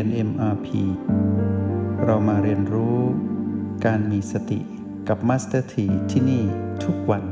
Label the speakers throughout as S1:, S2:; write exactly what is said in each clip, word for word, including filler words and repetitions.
S1: น เอ็ม อาร์ พี เรามาเรียนรู้การมีสติกับ Master T ที่ที่นี่ทุกวัน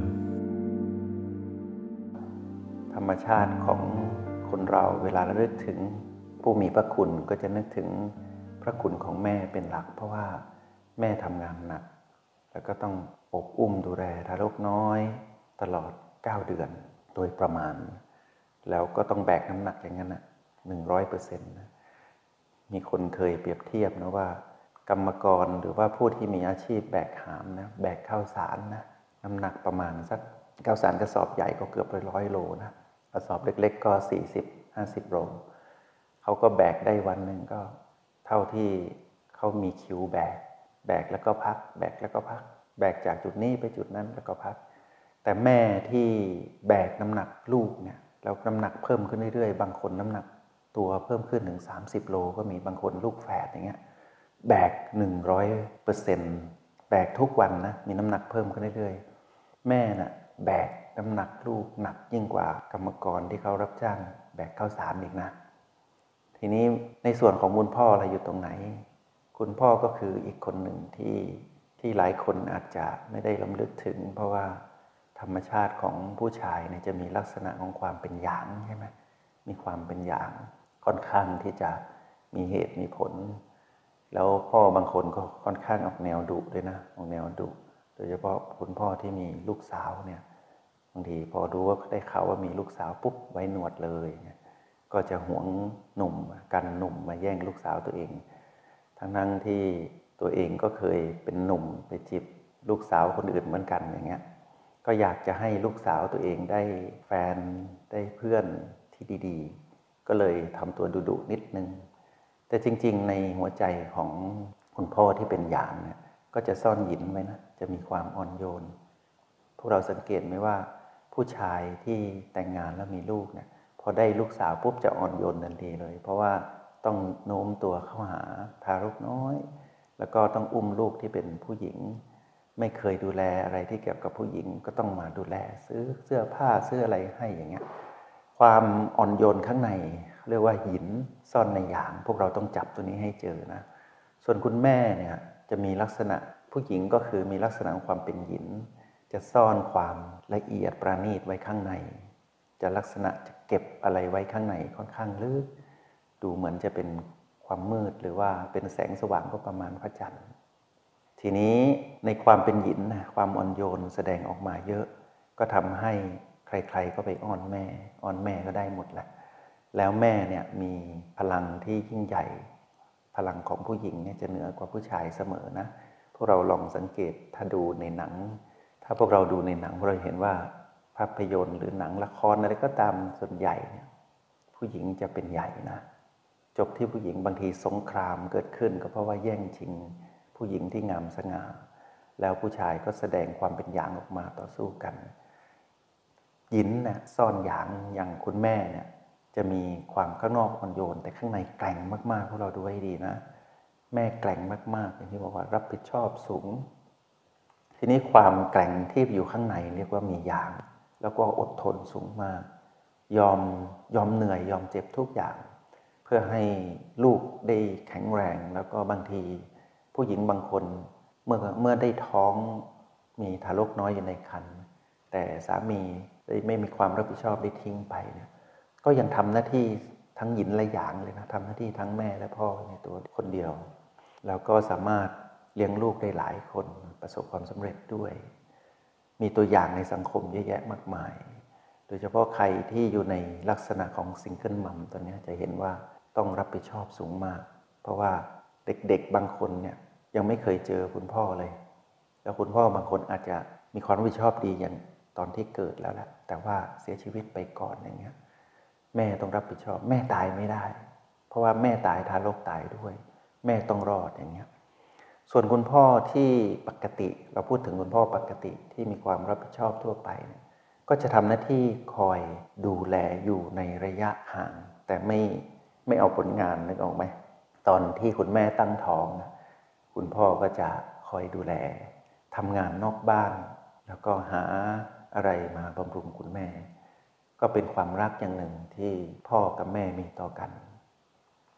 S1: ธรรมชาติของคนเราเวลาระลึกถึงผู้มีพระคุณก็จะนึกถึงพระคุณของแม่เป็นหลักเพราะว่าแม่ทำงานหนักแล้วก็ต้องอบอุ้มดูแลทารกน้อยตลอดเก้าเดือนโดยประมาณแล้วก็ต้องแบกน้ำหนักอย่างนั้นนะ หนึ่งร้อยเปอร์เซ็นต์ นะมีคนเคยเปรียบเทียบนะว่ากรรมกรหรือว่าผู้ที่มีอาชีพแบกหามนะแบกข้าวสารนะน้ำหนักประมาณสักข้าวสารกระสอบใหญ่ก็เกือบร้อยโลนะกระสอบเล็กๆก็สี่สิบ ห้าสิบโลเขาก็แบกได้วันหนึ่งก็เท่าที่เขามีคิวแบกแบกแล้วก็พักแบกแล้วก็พักแบกจากจุดนี้ไปจุดนั้นแล้วก็พักแต่แม่ที่แบกน้ำหนักลูกเนี่ยแล้วน้ำหนักเพิ่มขึ้นเรื่อยๆบางคนน้ำหนักตัวเพิ่มขึ้นถึงสามสิบโลก็มีบางคนลูกแฝดอย่างเงี้ยแบก หนึ่งร้อยเปอร์เซ็นต์ แบกทุกวันนะมีน้ำหนักเพิ่มขึ้นเรื่อยๆแม่น่ะแบกน้ำหนักลูกหนักยิ่งกว่ากรรมกรที่เขารับจ้างแบกข้าวสารอีกนะทีนี้ในส่วนของคุณพ่อเราอยู่ตรงไหนคุณพ่อก็คืออีกคนหนึ่งที่ที่หลายคนอาจจะไม่ได้รำลึกถึงเพราะว่าธรรมชาติของผู้ชายเนี่ยจะมีลักษณะของความเป็นหยางใช่ไหมมีความเป็นหยางค่อนข้างที่จะมีเหตุมีผลแล้วพ่อบางคนก็ค่อนข้างออกแนวดุด้วยนะออกแนวดุโดยเฉพาะคุณพ่อที่มีลูกสาวเนี่ยบางทีพอรู้ว่าได้ข่าวว่ามีลูกสาวปุ๊บไว้หนวดเลยก็จะหวงหนุ่มกันหนุ่มมาแย่งลูกสาวตัวเองทั้งนั้นที่ตัวเองก็เคยเป็นหนุ่มไปจีบลูกสาวคนอื่นเหมือนกันอย่างเงี้ยก็อยากจะให้ลูกสาวตัวเองได้แฟนได้เพื่อนที่ดีๆก็เลยทำตัวดุๆนิดนึงแต่จริงๆในหัวใจของคุณพ่อที่เป็นหยางเนี่ยก็จะซ่อนหยินไว้นะจะมีความอ่อนโยนพวกเราสังเกตไหมว่าผู้ชายที่แต่งงานแล้วมีลูกเนี่ยพอได้ลูกสาวปุ๊บจะอ่อนโยนทันทีเลยเพราะว่าต้องโน้มตัวเข้าหาทารกน้อยแล้วก็ต้องอุ้มลูกที่เป็นผู้หญิงไม่เคยดูแลอะไรที่เกี่ยวกับผู้หญิงก็ต้องมาดูแลซื้อเสื้อผ้าซื้ออะไรให้อย่างเงี้ยความอ่อนโยนข้างในเรียกว่าหินซ่อนในหยางพวกเราต้องจับตัวนี้ให้เจอนะส่วนคุณแม่เนี่ยจะมีลักษณะผู้หญิงก็คือมีลักษณะของความเป็นหินจะซ่อนความละเอียดประณีตไว้ข้างในจะลักษณะจะเก็บอะไรไว้ข้างในค่อนข้างลึกดูเหมือนจะเป็นความมืดหรือว่าเป็นแสงสว่างก็ประมาณพระจันทร์ทีนี้ในความเป็นหยินนะความอ่อนโยนแสดงออกมาเยอะก็ทำให้ใครๆก็ไปอ้อนแม่อ้อนแม่ก็ได้หมดแหละแล้วแม่เนี่ยมีพลังที่ยิ่งใหญ่พลังของผู้หญิงเนี่ยจะเหนือกว่าผู้ชายเสมอนะพวกเราลองสังเกตถ้าดูในหนังถ้าพวกเราดูในหนังเราเห็นว่าภาพยนตร์หรือหนังละครอะไรก็ตามส่วนใหญ่เนี่ยผู้หญิงจะเป็นใหญ่นะจบที่ผู้หญิงบางทีสงครามเกิดขึ้นก็เพราะว่าแย่งชิงผู้หญิงที่งามสง่าแล้วผู้ชายก็แสดงความเป็นหยางออกมาต่อสู้กันหยินเนี่ยซ่อนหยางอย่างคุณแม่เนี่ยจะมีความข้างนอกอ่อนโยนแต่ข้างในแกร่งมากๆพวกเราดูให้ดีนะแม่แกร่งมากๆอย่างที่บอกว่ารับผิดชอบสูงทีนี้ความแกร่งที่อยู่ข้างในเรียกว่ามีหยางแล้วก็อดทนสูงมากยอมยอมเหนื่อยยอมเจ็บทุกอย่างเพื่อให้ลูกได้แข็งแรงแล้วก็บางทีผู้หญิงบางคนเมื่อเมื่อได้ท้องมีทารกน้อยอยู่ในครรภ์แต่สามีได้ไม่มีความรับผิดชอบได้ทิ้งไปเนี่ยก็ยังทำหน้าที่ทั้งหยินและหยางเลยนะทำหน้าที่ทั้งแม่และพ่อในตัวคนเดียวแล้วก็สามารถเลี้ยงลูกได้หลายคนประสบความสำเร็จด้วยมีตัวอย่างในสังคมเยอะแยะมากมายโดยเฉพาะใครที่อยู่ในลักษณะของซิงเกิลมัมตอนนี้จะเห็นว่าต้องรับผิดชอบสูงมากเพราะว่าเด็กๆบางคนเนี่ยยังไม่เคยเจอคุณพ่อเลยแล้วคุณพ่อบางคนอาจจะมีความรับผิดชอบดีอย่างตอนที่เกิดแล้วแหละแต่ว่าเสียชีวิตไปก่อนอย่างเงี้ยแม่ต้องรับผิดชอบแม่ตายไม่ได้เพราะว่าแม่ตายทารกตายด้วยแม่ต้องรอดอย่างเงี้ยส่วนคุณพ่อที่ปกติเราพูดถึงคุณพ่อปกติที่มีความรับผิดชอบทั่วไปก็จะทำหน้าที่คอยดูแลอยู่ในระยะห่างแต่ไม่ไม่เอาผลงานนึกออกไหมตอนที่คุณแม่ตั้งท้องคุณพ่อก็จะคอยดูแลทำงานนอกบ้านแล้วก็หาอะไรมาบำรุงคุณแม่ก็เป็นความรักอย่างหนึ่งที่พ่อกับแม่มีต่อกัน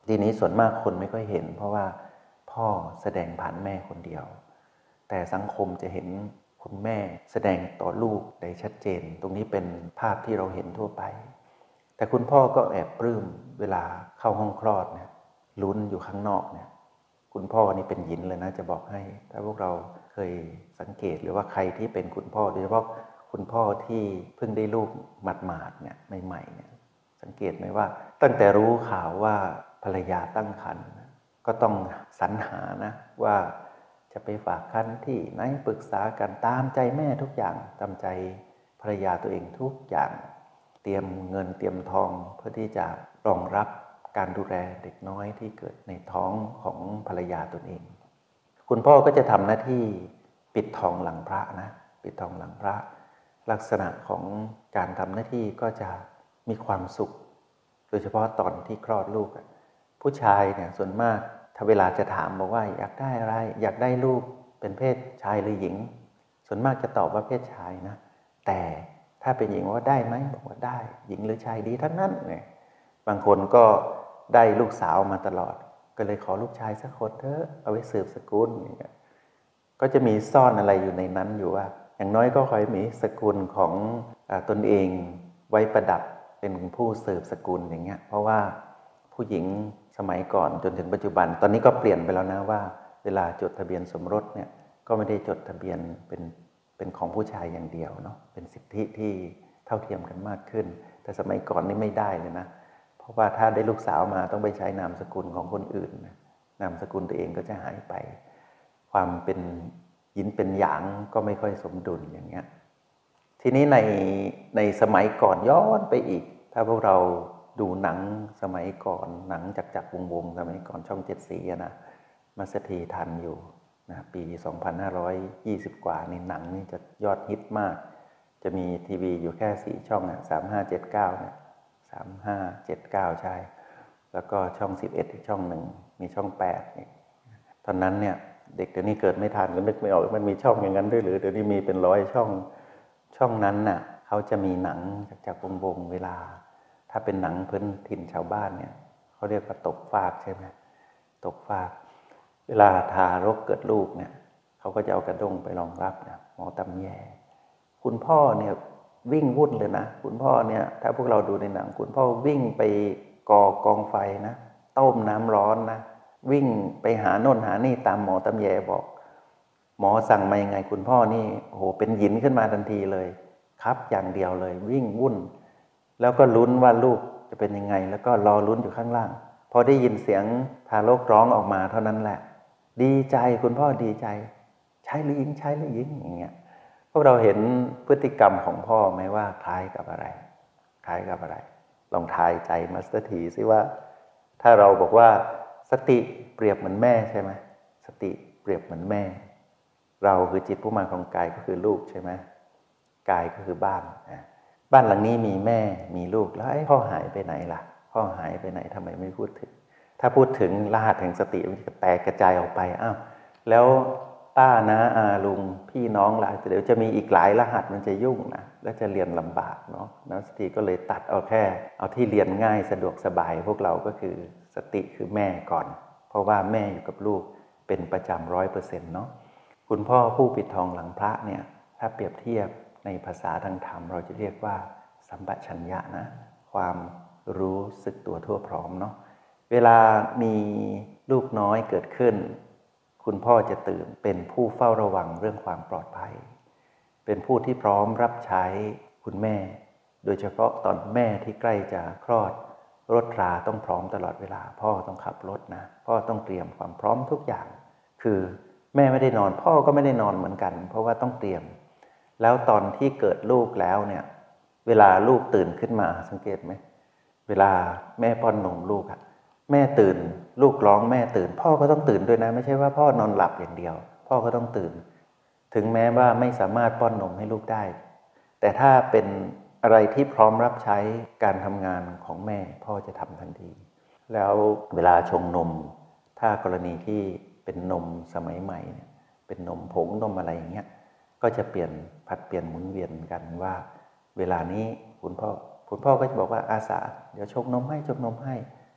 S1: ทีนี้ส่วนมากคนไม่ค่อยเห็นเพราะว่าพ่อแสดงผ่านแม่คนเดียวแต่สังคมจะเห็นคุณแม่แสดงต่อลูกได้ชัดเจนตรงนี้เป็นภาพที่เราเห็นทั่วไปแต่คุณพ่อก็แอบปลื้มเวลาเข้าห้องคลอดเนี่ยลุ้นอยู่ข้างนอกเนี่ยคุณพ่อนี่เป็นหยินเลยนะจะบอกให้ถ้าพวกเราเคยสังเกตหรือว่าใครที่เป็นคุณพ่อโดยเฉพาะคุณพ่อที่เพิ่งได้ลูกหมาดๆเนี่ยใหม่ๆเนี่ยสังเกตไหมว่าตั้งแต่รู้ข่าวว่าภรรยาตั้งครรภ์ก็ต้องสรรหานะว่าจะไปฝากครรภ์ที่ไหนปรึกษากันตามใจแม่ทุกอย่างตามใจภรรยาตัวเองทุกอย่างเตรียมเงินเตรียมทองเพื่อที่จะรองรับการดูแลเด็กน้อยที่เกิดในท้องของภรรยาตนเองคุณพ่อก็จะทำหน้าที่ปิดทองหลังพระนะปิดทองหลังพระลักษณะของการทำหน้าที่ก็จะมีความสุขโดยเฉพาะตอนที่คลอดลูกผู้ชายเนี่ยส่วนมากถ้าเวลาจะถามบอกว่าอยากได้อะไรอยากได้ลูกเป็นเพศชายหรือหญิงส่วนมากจะตอบว่าเพศชายนะแต่ถ้าเป็นหญิงว่าได้ไหมบอกว่าได้หญิงหรือชายดีทั้งนั้นเนี่ยบางคนก็ได้ลูกสาวมาตลอดก็เลยขอลูกชายสักคนเถอะเอาไว้สืบสกุลอย่างเงี้ยก็จะมีซ่อนอะไรอยู่ในนั้นอยู่ว่าอย่างน้อยก็ขอให้มีสกุลของอ่าตนเองไว้ประดับเป็นผู้สืบสกุลอย่างเงี้ยเพราะว่าผู้หญิงสมัยก่อนจนถึงปัจจุบันตอนนี้ก็เปลี่ยนไปแล้วนะว่าเวลาจดทะเบียนสมรสเนี่ยก็ไม่ได้จดทะเบียนเป็นเป็นของผู้ชายอย่างเดียวเนาะเป็นสิทธิที่เท่าเทียมกันมากขึ้นแต่สมัยก่อนนี่ไม่ได้เลยนะเพราะว่าถ้าได้ลูกสาวมาต้องไปใช้นามสกุลของคนอื่นนามสกุลตัวเองก็จะหายไปความเป็นหยินเป็นหยางก็ไม่ค่อยสมดุลอย่างเงี้ยทีนี้ในในสมัยก่อนย้อนไปอีกถ้าพวกเราดูหนังสมัยก่อนหนังจักรจักรวงศ์วงศ์สมัยก่อนช่องเจ็ดสีนะมาสถีทันอยู่นะปีสองพันห้าร้อยยี่สิบกว่านี่หนังนี่จะยอดฮิตมากจะมีทีวีอยู่แค่สี่ช่องนะสามห้าเจ็ดเก้าเนี่ยสามห้าเจ็ดเก้าใช่แล้วก็ช่องสิบเอ็ดอีกช่องหนึ่งมีช่องแปดนี่ตอนนั้นเนี่ยเด็กเดี๋ยวนี้เกิดไม่ทันก็นึกไม่ออกมันมีช่องอย่างนั้นด้วยหรือเดี๋ยวนี้มีเป็นร้อยช่องช่องนั้นน่ะเขาจะมีหนังจากจากวงวงเวลาถ้าเป็นหนังพื้นถิ่นชาวบ้านเนี่ยเขาเรียกว่าตกฟากใช่ไหมตกฟากเวลาทารกเกิดลูกเนี่ยเขาก็จะเอากระด้งไปรองรับนะหมอตำแยคุณพ่อเนี่ยวิ่งวุ่นเลยนะคุณพ่อเนี่ยถ้าพวกเราดูในหนังคุณพ่อวิ่งไปก่อกองไฟนะต้มน้ำร้อนนะวิ่งไปหาโน่นหานี่ตามหมอตำแยบอกหมอสั่งมายังไงคุณพ่อนี่โอ้โหเป็นหยินขึ้นมาทันทีเลยครับอย่างเดียวเลยวิ่งวุ่นแล้วก็ลุ้นว่าลูกจะเป็นยังไงแล้วก็รอลุ้นอยู่ข้างล่างพอได้ยินเสียงทารกร้องออกมาเท่านั้นแหละดีใจคุณพ่อดีใจใช่หรือหญิงใช่หรือหญิงอย่างเงี้ยพวกเราเห็นพฤติกรรมของพ่อไหมว่าคล้ายกับอะไรคล้ายกับอะไรลองทายใจมาสเตอร์ทีซิว่าถ้าเราบอกว่าสติเปรียบเหมือนแม่ใช่ไหมสติเปรียบเหมือนแม่เราคือจิตผู้มาของกายก็คือลูกใช่ไหมกายก็คือบ้านบ้านหลังนี้มีแม่มีลูกแล้วไอ้พ่อหายไปไหนล่ะพ่อหายไปไหนทำไมไม่พูดถึงถ้าพูดถึงรหัสแห่งสติมันจะแตกกระจายออกไปอ้าวแล้วป้านะอาลุงพี่น้องล่ะเดี๋ยวจะมีอีกหลายรหัสมันจะยุ่งนะแล้วจะเรียนลำบากเนาะนักสติก็เลยตัดเอาแค่เอาที่เรียนง่ายสะดวกสบายพวกเราก็คือสติคือแม่ก่อนเพราะว่าแม่อยู่กับลูกเป็นประจำร้อยเปอร์เซ็นต์เนาะคุณพ่อผู้ปิดทองหลังพระเนี่ยถ้าเปรียบเทียบในภาษาทางธรรมเราจะเรียกว่าสัมปชัญญะนะความรู้สึกตัวทั่วพร้อมเนาะเวลามีลูกน้อยเกิดขึ้นคุณพ่อจะตื่นเป็นผู้เฝ้าระวังเรื่องความปลอดภัยเป็นผู้ที่พร้อมรับใช้คุณแม่โดยเฉพาะตอนแม่ที่ใกล้จะคลอดรถราต้องพร้อมตลอดเวลาพ่อต้องขับรถนะพ่อต้องเตรียมความพร้อมทุกอย่างคือแม่ไม่ได้นอนพ่อก็ไม่ได้นอนเหมือนกันเพราะว่าต้องเตรียมแล้วตอนที่เกิดลูกแล้วเนี่ยเวลาลูกตื่นขึ้นมาสังเกตไหมเวลาแม่ป้อนนมลูกอะแม่ตื่นลูกร้องแม่ตื่นพ่อก็ต้องตื่นด้วยนะไม่ใช่ว่าพ่อนอนหลับอย่างเดียวพ่อก็ต้องตื่นถึงแม้ว่าไม่สามารถป้อนนมให้ลูกได้แต่ถ้าเป็นอะไรที่พร้อมรับใช้การทำงานของแม่พ่อจะทำทันทีแล้วเวลาชงนมถ้ากรณีที่เป็นนมสมัยใหม่เนี่ยเป็นนมผงนมอะไรอย่างเงี้ยก็จะเปลี่ยนผัดเปลี่ยนหมุนเวียนกันว่าเวลานี้คุณพ่อคุณพ่อก็จะบอกว่าอาสาเดี๋ยวชงนมให้ชงนมให้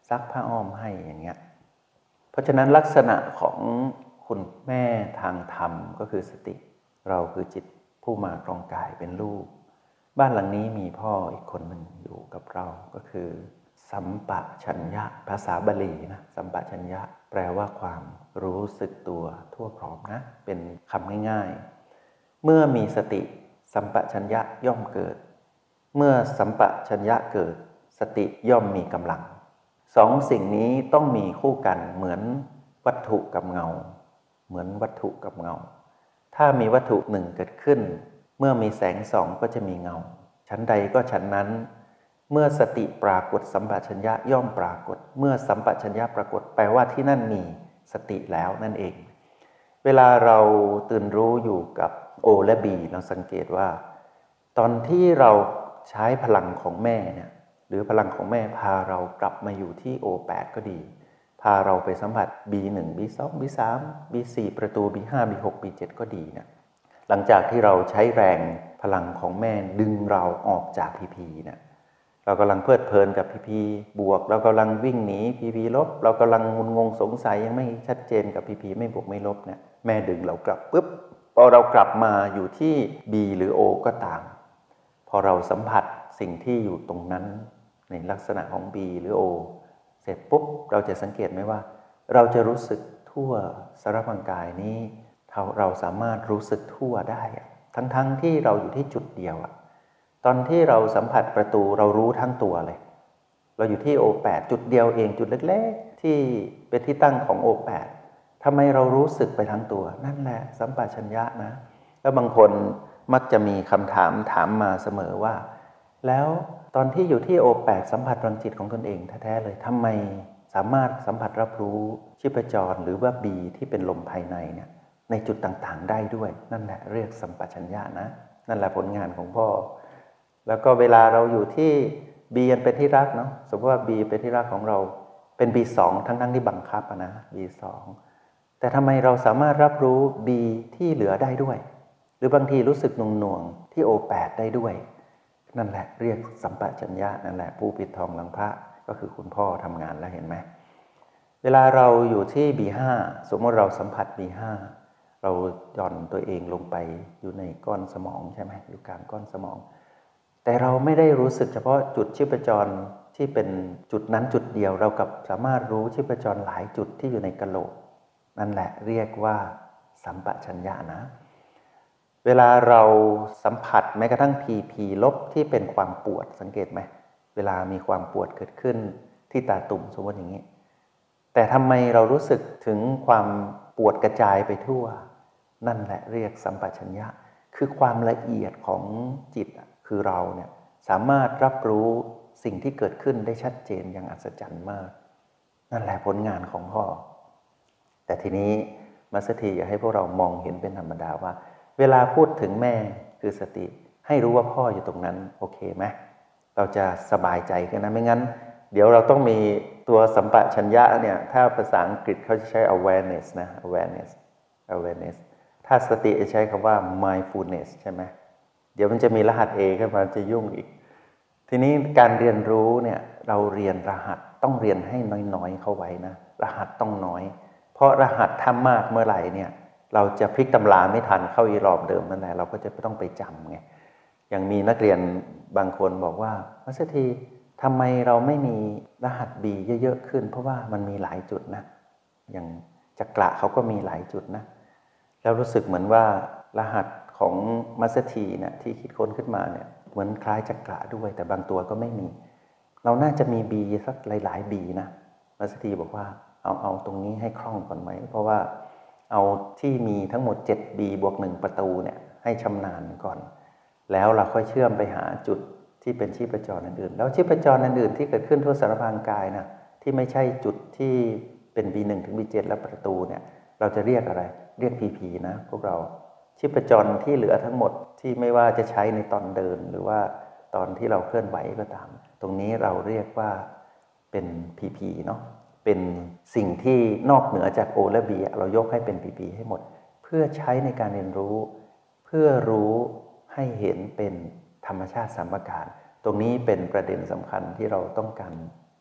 S1: ซักผ้าอ้อมให้อย่างเงี้ยเพราะฉะนั้นลักษณะของคุณแม่ทางธรรมก็คือสติเราคือจิตผู้มาครองกายเป็นลูกบ้านหลังนี้มีพ่ออีกคนหนึ่งอยู่กับเราก็คือสัมปชัญญะภาษาบาลีนะสัมปชัญญะแปลว่าความรู้สึกตัวทั่วพร้อมนะเป็นคำง่ายๆเมื่อมีสติสัมปชัญญะย่อมเกิดเมื่อสัมปชัญญะเกิดสติย่อมมีกำลังสองสิ่งนี้ต้องมีคู่กันเหมือนวัตถุกับเงาเหมือนวัตถุกับเงาถ้ามีวัตถุหนึ่งเกิดขึ้นเมื่อมีแสงส่องก็จะมีเงาชั้นใดก็ชั้นนั้นเมื่อสติปรากฏสัมปชัญญะย่อมปรากฏเมื่อสัมปชัญญะปรากฏแปลว่าที่นั่นมีสติแล้วนั่นเองเวลาเราตื่นรู้อยู่กับโอและบีเราสังเกตว่าตอนที่เราใช้พลังของแม่เนี่ยหรือพลังของแม่พาเรากลับมาอยู่ที่ โอ แปด ก็ดีพาเราไปสัมผัส บี หนึ่ง บี สอง บี สาม บี สี่ ประตู บี ห้า บี หก บี เจ็ด ก็ดีเนี่ยหลังจากที่เราใช้แรงพลังของแม่ดึงเราออกจากพีพีเนี่ยเรากำลังเพลิดเพลินกับพีพีบวกเรากำลังวิ่งหนีพีพีลบเรากำลังงุนงงสงสัยยังไม่ชัดเจนกับพีพีไม่บวกไม่ลบเนี่ยแม่ดึงเรากลับปุ๊บพอเรากลับมาอยู่ที่ B หรือ O ก็ตามพอเราสัมผัสสิ่งที่อยู่ตรงนั้นในลักษณะของ B หรือ O เสร็จปุ๊บเราจะสังเกตไหมว่าเราจะรู้สึกทั่วสารพร่างกายนี้เราสามารถรู้สึกทั่วได้ทั้งๆ ท, ที่เราอยู่ที่จุดเดียวอะตอนที่เราสัมผัสประตูเรารู้ทั้งตัวเลยเราอยู่ที่ โอ แปด จุดเดียวเองจุดเล็กๆที่เป็นที่ตั้งของ โอ แปด ทำไมเรารู้สึกไปทั้งตัวนั่นแหละสัมปชัญญะนะแล้วบางคนมักจะมีคำถามถามมาเสมอว่าแล้วตอนที่อยู่ที่ โอ แปด สัมผัสพลังจิตของตนเองแท้ๆเลยทำไมสามารถสัมผัสรับรู้ชีพจรหรือว่า B ที่เป็นลมภายในเนี่ยในจุดต่างๆได้ด้วยนั่นแหละเรียกสัมปชัญญะนะนั่นแหละผลงานของพ่อแล้วก็เวลาเราอยู่ที่ B เป็นที่รักเนาะสมมติว่า B เป็นที่รักของเราเป็น บี สอง ทั้งๆที่บังคับนะ บี สอง แต่ทำไมเราสามารถรับรู้ B ที่เหลือได้ด้วยหรือบางทีรู้สึกหน่วงๆที่ โอ แปด ได้ด้วยนั่นแหละเรียกสัมปชัญญะนั่นแหละผู้ปิดทองหลังพระก็คือคุณพ่อทำงานแล้วเห็นไหมเวลาเราอยู่ที่ บี ห้า สมมติเราสัมผัส บี ห้า เราหย่อนตัวเองลงไปอยู่ในก้อนสมองใช่ไหมอยู่กลางก้อนสมองแต่เราไม่ได้รู้สึกเฉพาะจุดชีพจรที่เป็นจุดนั้นจุดเดียวเรากับสามารถรู้ชีพจรหลายจุดที่อยู่ในกะโหลกนั่นแหละเรียกว่าสัมปชัญญะนะเวลาเราสัมผัสแม้กระทั่งพีพีลบที่เป็นความปวดสังเกตไหมเวลามีความปวดเกิดขึ้นที่ตาตุ่มสมมติอย่างนี้แต่ทำไมเรารู้สึกถึงความปวดกระจายไปทั่วนั่นแหละเรียกสัมปชัญญะคือความละเอียดของจิตคือเราเนี่ยสามารถรับรู้สิ่งที่เกิดขึ้นได้ชัดเจนอย่างอัศจรรย์มากนั่นแหละผลงานของพ่อแต่ทีนี้มาสถีอยากให้พวกเรามองเห็นเป็นธรรมดาว่าเวลาพูดถึงแม่คือสติให้รู้ว่าพ่ออยู่ตรงนั้นโอเคไหมเราจะสบายใจกันนะไม่งั้นเดี๋ยวเราต้องมีตัวสัมปชัญญะเนี่ยถ้าภาษาอังกฤษเขาจะใช้ awareness นะ awareness awareness ถ้าสติจะใช้คำว่า mindfulness ใช่ไหมเดี๋ยวมันจะมีรหัส A ขึ้นมาจะยุ่งอีกทีนี้การเรียนรู้เนี่ยเราเรียนรหัสต้องเรียนให้น้อยๆเข้าไว้นะรหัสต้องน้อยเพราะรหัสถ้ามากเมื่อไหร่เนี่ยเราจะพลิกตำราไม่ทันเข้าอีรอบเดิมนั่นแหละเราก็จะต้องไปจำไงอย่างมีนักเรียนบางคนบอกว่ามัสถีทำไมเราไม่มีรหัส B เยอะๆขึ้นเพราะว่ามันมีหลายจุดนะอย่างจักระเขาก็มีหลายจุดนะแล้วรู้สึกเหมือนว่ารหัสของมัสถีเนี่ยที่คิดค้นขึ้นมาเนี่ยเหมือนคล้ายจักระด้วยแต่บางตัวก็ไม่มีเราน่าจะมี B สักหลายๆ B นะมัสถีบอกว่าเอาเอาตรงนี้ให้คล่องก่อนไหมเพราะว่าเอาที่มีทั้งหมด เจ็ด บี บวกหนึ่งประตูเนี่ยให้ชำนาญก่อนแล้วเราค่อยเชื่อมไปหาจุดที่เป็นชีพจรอื่นๆแล้วชีพจรอื่นๆที่เกิดขึ้นทั่วสารพรางกายนะที่ไม่ใช่จุดที่เป็น บี หนึ่ง ถึง บี เจ็ด และประตูเนี่ยเราจะเรียกอะไรเรียก พี พี นะพวกเราชีพจรที่เหลือทั้งหมดที่ไม่ว่าจะใช้ในตอนเดินหรือว่าตอนที่เราเคลื่อนไหวก็ตามตรงนี้เราเรียกว่าเป็น พี พี เนาะเป็นสิ่งที่นอกเหนือจาก O และ B เรายกให้เป็น พี พี ให้หมดเพื่อใช้ในการเรียนรู้เพื่อรู้ให้เห็นเป็นธรรมชาติสามประการตรงนี้เป็นประเด็นสำคัญที่เราต้องการ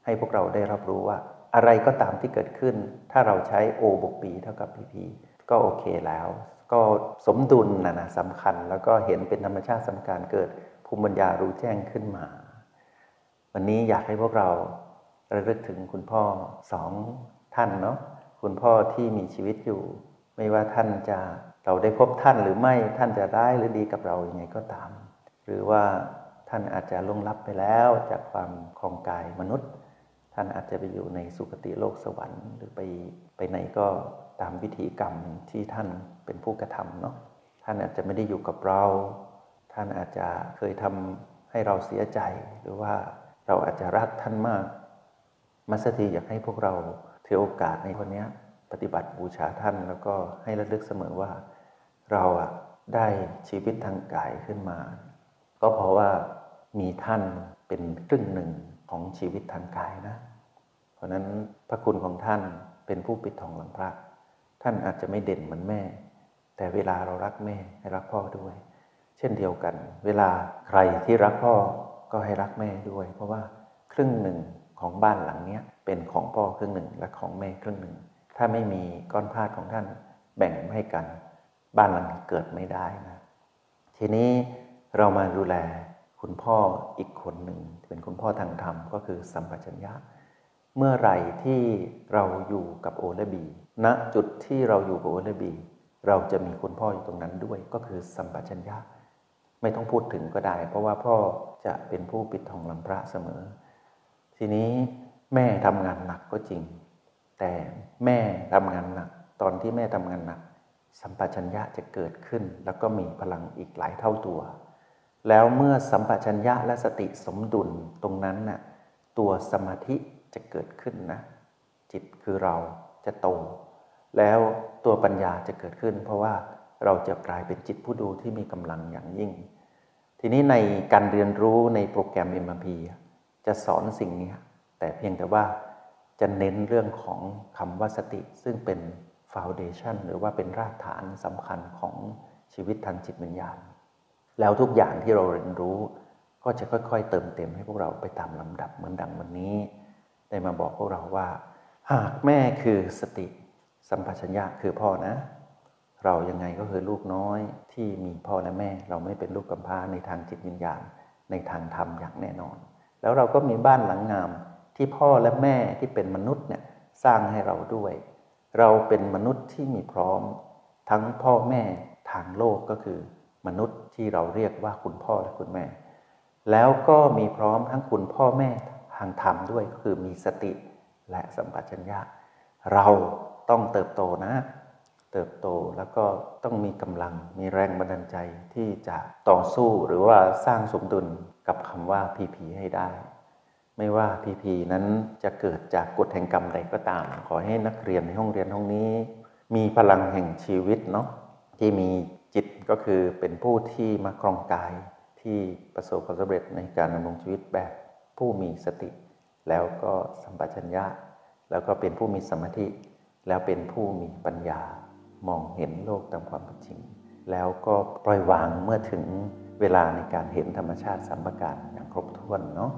S1: ให้พวกเราได้รับรู้ว่าอะไรก็ตามที่เกิดขึ้นถ้าเราใช้ O บวก B เท่ากับ พี พี ก็โอเคแล้วก็สมดุลนะนะสำคัญแล้วก็เห็นเป็นธรรมชาติสำคัญเกิดภูมิปัญญารู้แจ้งขึ้นมาวันนี้อยากให้พวกเราระลึกถึงคุณพ่อสองท่านเนาะคุณพ่อที่มีชีวิตอยู่ไม่ว่าท่านจะเราได้พบท่านหรือไม่ท่านจะร้ายหรือดีกับเราอย่างไงก็ตามหรือว่าท่านอาจจะล่วงลับไปแล้วจากความครองกายมนุษย์ท่านอาจจะไปอยู่ในสุคติโลกสวรรค์หรือไปไปไหนก็ตามวิถีกรรมที่ท่านเป็นผู้กระทำเนาะท่านอาจจะไม่ได้อยู่กับเราท่านอาจจะเคยทำให้เราเสียใจหรือว่าเราอาจจะรักท่านมากมัสถีอยากให้พวกเราถือโอกาสในวันนี้ปฏิบัติบูชาท่านแล้วก็ให้ระลึกเสมอว่าเราอะได้ชีวิตทางกายขึ้นมาก็เพราะว่ามีท่านเป็นครึ่งหนึ่งของชีวิตทางกายนะเพราะนั้นพระคุณของท่านเป็นผู้ปิดทองหลังพระท่านอาจจะไม่เด่นเหมือนแม่แต่เวลาเรารักแม่ให้รักพ่อด้วยเช่นเดียวกันเวลาใครที่รักพ่อก็ให้รักแม่ด้วยเพราะว่าครึ่งหนึ่งของบ้านหลังนี้เป็นของพ่อครึ่งหนึ่งและของแม่ครึ่งหนึ่งถ้าไม่มีก้อนธาตุของท่านแบ่งให้กันบ้านหลังนี้เกิดไม่ได้นะทีนี้เรามาดูแลคุณพ่ออีกคนหนึ่งเป็นคุณพ่อทางธรรมก็คือสัมปชัญญะเมื่อไหร่ที่เราอยู่กับโอและบีณจุดที่เราอยู่กับโอและบีเราจะมีคุณพ่ออยู่ตรงนั้นด้วยก็คือสัมปชัญญะไม่ต้องพูดถึงก็ได้เพราะว่าพ่อจะเป็นผู้ปิดทองหลังพระเสมอทีนี้แม่ทำงานหนักก็จริงแต่แม่ทำงานหนักตอนที่แม่ทำงานหนักสัมปชัญญะจะเกิดขึ้นแล้วก็มีพลังอีกหลายเท่าตัวแล้วเมื่อสัมปชัญญะและสติสมดุลตรงนั้นน่ะตัวสมาธิจะเกิดขึ้นนะจิตคือเราจะโตแล้วตัวปัญญาจะเกิดขึ้นเพราะว่าเราจะกลายเป็นจิตผู้ดูที่มีกำลังอย่างยิ่งทีนี้ในการเรียนรู้ในโปรแกรม เอ็ม อาร์ พี จะสอนสิ่งนี้แต่เพียงแต่ว่าจะเน้นเรื่องของคำว่าสติซึ่งเป็นฟาวเดชั่นหรือว่าเป็นรากฐานสำคัญของชีวิตทางจิตวิญญาณแล้วทุกอย่างที่เราเรียนรู้ก็จะค่อยๆเติมเต็มให้พวกเราไปตามลำดับเหมือนดังวันนี้ได้มาบอกพวกเราว่าหากแม่คือสติสัมปชัญญะคือพ่อนะเรายังไงก็คือลูกน้อยที่มีพ่อและแม่เราไม่เป็นลูกกำพร้าในทางจิตวิญญาณในทางธรรมอย่างแน่นอนแล้วเราก็มีบ้านหลังงามที่พ่อและแม่ที่เป็นมนุษย์เนี่ยสร้างให้เราด้วยเราเป็นมนุษย์ที่มีพร้อมทั้งพ่อแม่ทางโลกก็คือมนุษย์ที่เราเรียกว่าคุณพ่อและคุณแม่แล้วก็มีพร้อมทั้งคุณพ่อแม่ทางธรรมด้วยก็คือมีสติและสัมปชัญญะเราต้องเติบโตนะเติบโตแล้วก็ต้องมีกำลังมีแรงบันดาลใจที่จะต่อสู้หรือว่าสร้างสมดุลกับคำว่า พี พี ให้ได้ไม่ว่า พี พี นั้นจะเกิดจากกฎแห่งกรรมใดก็ตามขอให้นักเรียนในห้องเรียนห้องนี้มีพลังแห่งชีวิตเนาะที่มีจิตก็คือเป็นผู้ที่มาครองกายที่ประสบความสำเร็จในการดำรงชีวิตแบบผู้มีสติแล้วก็สัมปชัญญะแล้วก็เป็นผู้มีสมาธิแล้วเป็นผู้มีปัญญามองเห็นโลกตามความเป็นจริงแล้วก็ปล่อยวางเมื่อถึงเวลาในการเห็นธรรมชาติสามประการอย่างครบถ้วนเนาะ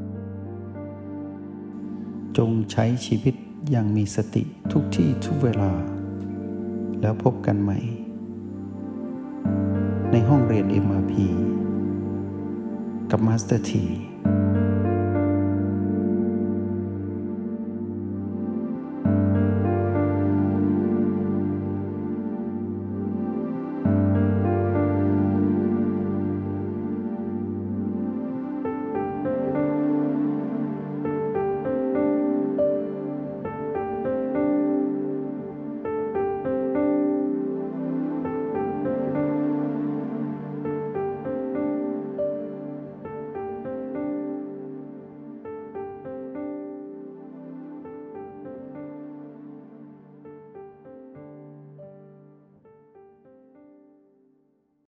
S2: จงใช้ชีวิตอย่างมีสติทุกที่ทุกเวลาแล้วพบกันใหม่ในห้องเรียน เอ็ม อาร์ พี กับมาสเตอร์ที